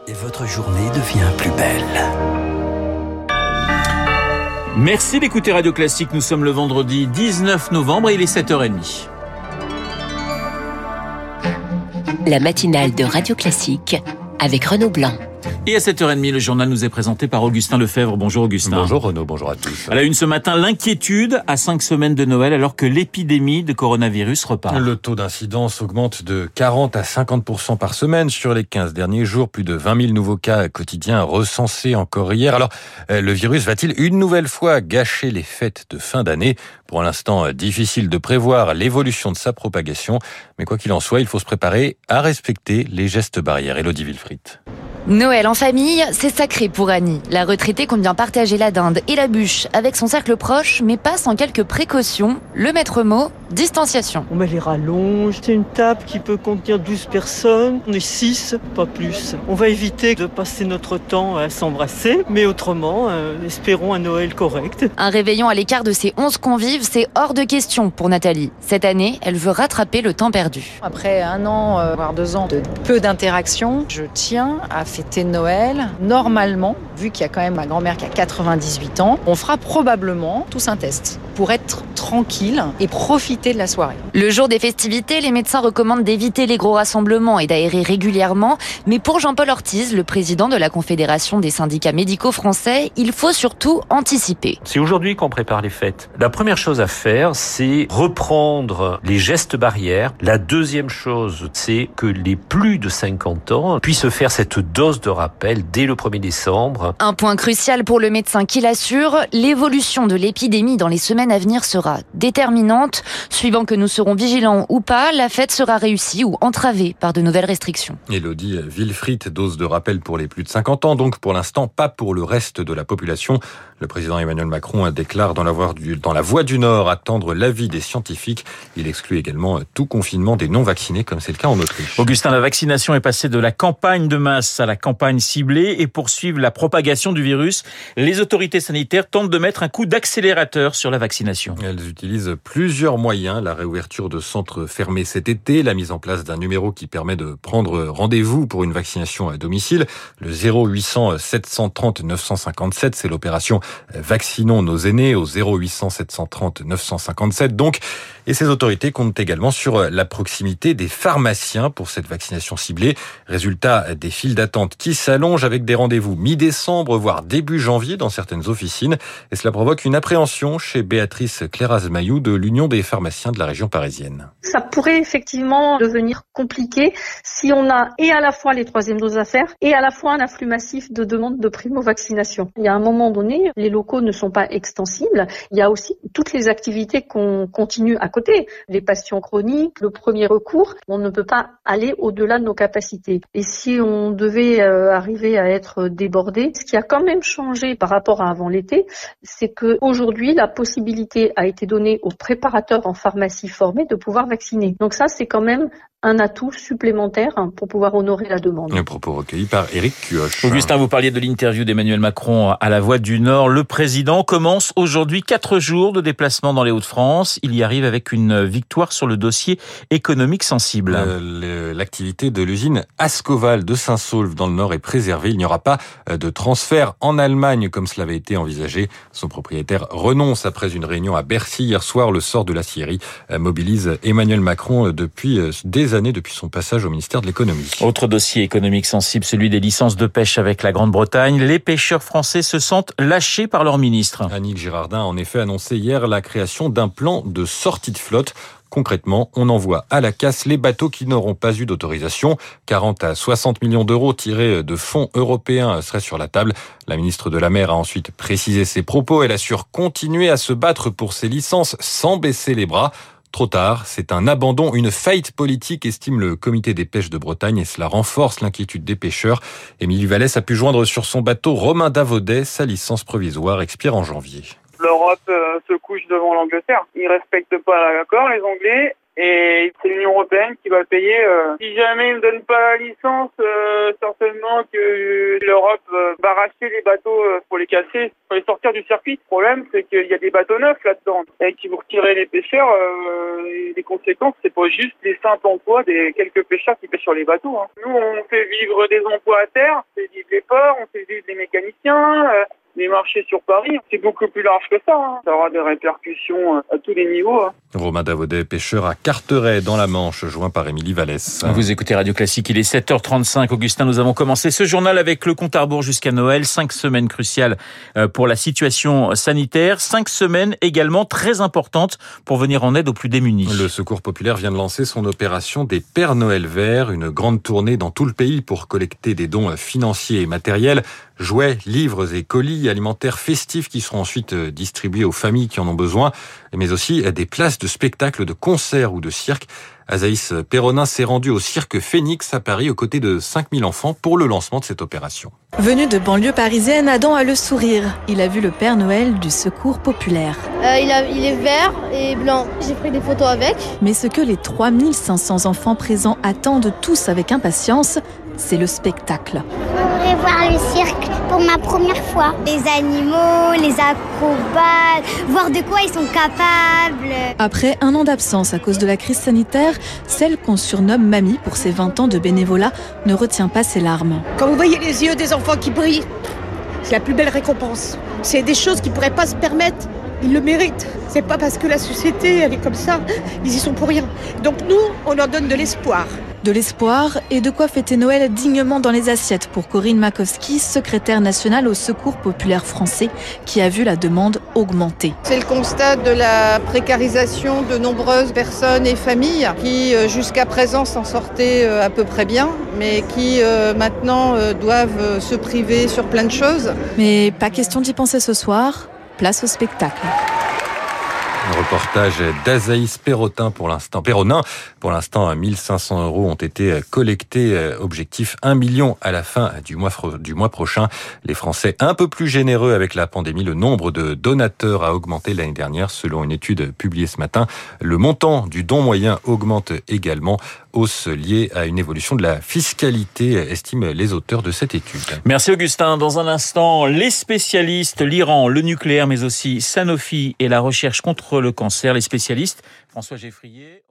et votre journée devient plus belle. Merci d'écouter Radio Classique. Nous sommes le vendredi 19 novembre et il est 7h30. La matinale de Radio Classique avec Renaud Blanc. Et à 7h30, le journal nous est présenté par Augustin Lefebvre. Bonjour Augustin. Bonjour Renaud, bonjour à tous. À la une ce matin, l'inquiétude à 5 semaines de Noël alors que l'épidémie de coronavirus repart. Le taux d'incidence augmente de 40 à 50% par semaine sur les 15 derniers jours. Plus de 20 000 nouveaux cas quotidiens recensés encore hier. Alors, le virus va-t-il une nouvelle fois gâcher les fêtes de fin d'année ? Pour l'instant, difficile de prévoir l'évolution de sa propagation. Mais quoi qu'il en soit, il faut se préparer à respecter les gestes barrières. Élodie Wilfried. Noël en famille, c'est sacré pour Annie. La retraitée compte bien partager la dinde et la bûche avec son cercle proche, mais pas sans quelques précautions. Le maître mot, distanciation. On met les rallonges, c'est une table qui peut contenir 12 personnes. On est 6, pas plus. On va éviter de passer notre temps à s'embrasser, mais autrement, espérons un Noël correct. Un réveillon à l'écart de ses 11 convives, c'est hors de question pour Nathalie. Cette année, elle veut rattraper le temps perdu. Après 1 an, voire 2 ans de peu d'interaction, je tiens à fêter Noël. Normalement, vu qu'il y a quand même ma grand-mère qui a 98 ans, on fera probablement tous un test pour être tranquille et profiter de la soirée. Le jour des festivités, les médecins recommandent d'éviter les gros rassemblements et d'aérer régulièrement. Mais pour Jean-Paul Ortiz, le président de la Confédération des syndicats médicaux français, il faut surtout anticiper. C'est aujourd'hui qu'on prépare les fêtes. La première chose à faire, c'est reprendre les gestes barrières. La deuxième chose, c'est que les plus de 50 ans puissent faire cette dose de rappel dès le 1er décembre. Un point crucial pour le médecin qui l'assure, l'évolution de l'épidémie dans les semaines à venir sera déterminante. Suivant que nous serons vigilants ou pas, la fête sera réussie ou entravée par de nouvelles restrictions. Élodie Wilfried, dose de rappel pour les plus de 50 ans, donc pour l'instant pas pour le reste de la population. Le président Emmanuel Macron déclare dans la Voix du Nord attendre l'avis des scientifiques. Il exclut également tout confinement des non-vaccinés comme c'est le cas en Autriche. Augustin, la vaccination est passée de la campagne de masse à la campagne ciblée et poursuivre la propagation du virus. Les autorités sanitaires tentent de mettre un coup d'accélérateur sur la vaccination. Elles utilisent plusieurs moyens. La réouverture de centres fermés cet été, la mise en place d'un numéro qui permet de prendre rendez-vous pour une vaccination à domicile. Le 0800 730 957, c'est l'opération Vaccinons nos aînés au 0800 730 957 donc. Et ces autorités comptent également sur la proximité des pharmaciens pour cette vaccination ciblée. Résultat, des files d'attente qui s'allongent avec des rendez-vous mi-décembre, voire début janvier dans certaines officines. Et cela provoque une appréhension chez Béatrice Cléraz-Mailloux de l'Union des pharmaciens de la région parisienne. Ça pourrait effectivement devenir compliqué si on a et à la fois les 3e doses à faire et à la fois un afflux massif de demandes de primo-vaccination. Il y a un moment donné, les locaux ne sont pas extensibles. Il y a aussi toutes les activités qu'on continue à côté. Les patients chroniques, le premier recours, on ne peut pas aller au-delà de nos capacités. Et si on devait arriver à être débordé, ce qui a quand même changé par rapport à avant l'été, c'est que aujourd'hui la possibilité a été donnée aux préparateurs en pharmacie formés de pouvoir vacciner. Donc ça, c'est quand même un atout supplémentaire pour pouvoir honorer la demande. Un propos recueilli par Éric Cuoche. Augustin, vous parliez de l'interview d'Emmanuel Macron à la Voix du Nord. Le président commence aujourd'hui 4 jours de déplacement dans les Hauts-de-France. Il y arrive avec une victoire sur le dossier économique sensible. L'activité de l'usine Ascoval de Saint-Saulve dans le Nord est préservée. Il n'y aura pas de transfert en Allemagne comme cela avait été envisagé. Son propriétaire renonce après une réunion à Bercy hier soir. Le sort de l'acierie mobilise Emmanuel Macron depuis des années depuis son passage au ministère de l'économie. Autre dossier économique sensible, celui des licences de pêche avec la Grande-Bretagne. Les pêcheurs français se sentent lâchés par leur ministre. Annick Girardin a en effet annoncé hier la création d'un plan de sortie de flotte. Concrètement, on envoie à la casse les bateaux qui n'auront pas eu d'autorisation. 40 à 60 millions d'euros tirés de fonds européens seraient sur la table. La ministre de la Mer a ensuite précisé ses propos. Elle assure continuer à se battre pour ses licences sans baisser les bras. Trop tard, c'est un abandon, une faillite politique, estime le comité des pêches de Bretagne, et cela renforce l'inquiétude des pêcheurs. Émilie Vallès a pu joindre sur son bateau Romain Davaudet. Sa licence provisoire expire en janvier. L'Europe se couche devant l'Angleterre. Ils respectent pas l'accord, les Anglais. Et c'est l'Union européenne qui va payer. Si jamais ils ne donnent pas la licence, certainement que l'Europe va racheter les bateaux pour les casser, pour les sortir du circuit. Le problème, c'est qu'il y a des bateaux neufs là-dedans et qui vont retirer les pêcheurs. Les conséquences, c'est pas juste les simples emplois des quelques pêcheurs qui pêchent sur les bateaux. Nous, on fait vivre des emplois à terre, on fait vivre les ports, on fait vivre les mécaniciens, les marchés sur Paris. C'est beaucoup plus large que ça. Ça aura des répercussions à tous les niveaux. Romain Davaudet, pêcheur à Carteret dans la Manche, joint par Émilie Vallès. Vous écoutez Radio Classique, il est 7h35. Augustin, nous avons commencé ce journal avec le compte à rebours jusqu'à Noël. 5 semaines cruciales pour la situation sanitaire. 5 semaines également très importantes pour venir en aide aux plus démunis. Le Secours populaire vient de lancer son opération des Pères Noël verts, une grande tournée dans tout le pays pour collecter des dons financiers et matériels, jouets, livres et colis alimentaires festifs qui seront ensuite distribués aux familles qui en ont besoin, mais aussi des places de spectacles, de concerts ou de cirque. Azaïs Perronin s'est rendu au cirque Phénix à Paris aux côtés de 5000 enfants pour le lancement de cette opération. Venu de banlieue parisienne, Adam a le sourire. Il a vu le Père Noël du Secours populaire. Il est vert et blanc. J'ai pris des photos avec. Mais ce que les 3500 enfants présents attendent tous avec impatience, c'est le spectacle. Je voudrais voir le cirque pour ma première fois. Les animaux, les acrobates, voir de quoi ils sont capables. Après un an d'absence à cause de la crise sanitaire, celle qu'on surnomme Mamie pour ses 20 ans de bénévolat ne retient pas ses larmes. Quand vous voyez les yeux des enfants qui brillent, c'est la plus belle récompense. C'est des choses qu'ils ne pourraient pas se permettre. Ils le méritent. C'est pas parce que la société elle est comme ça, ils y sont pour rien. Donc nous, on leur donne de l'espoir. De l'espoir et de quoi fêter Noël dignement dans les assiettes pour Corinne Makowski, secrétaire nationale au Secours populaire français, qui a vu la demande augmenter. C'est le constat de la précarisation de nombreuses personnes et familles qui jusqu'à présent s'en sortaient à peu près bien, mais qui maintenant doivent se priver sur plein de choses. Mais pas question d'y penser ce soir, place au spectacle. Un reportage d'Azaïs Perronin pour l'instant. 1500 € ont été collectés. Objectif 1 million à la fin du mois prochain. Les Français un peu plus généreux avec la pandémie. Le nombre de donateurs a augmenté l'année dernière selon une étude publiée ce matin. Le montant du don moyen augmente également. Hausse liée à une évolution de la fiscalité, estiment les auteurs de cette étude. Merci Augustin. Dans un instant, les spécialistes, l'Iran, le nucléaire, mais aussi Sanofi et la recherche contre le cancer. Les spécialistes, François Geffrier.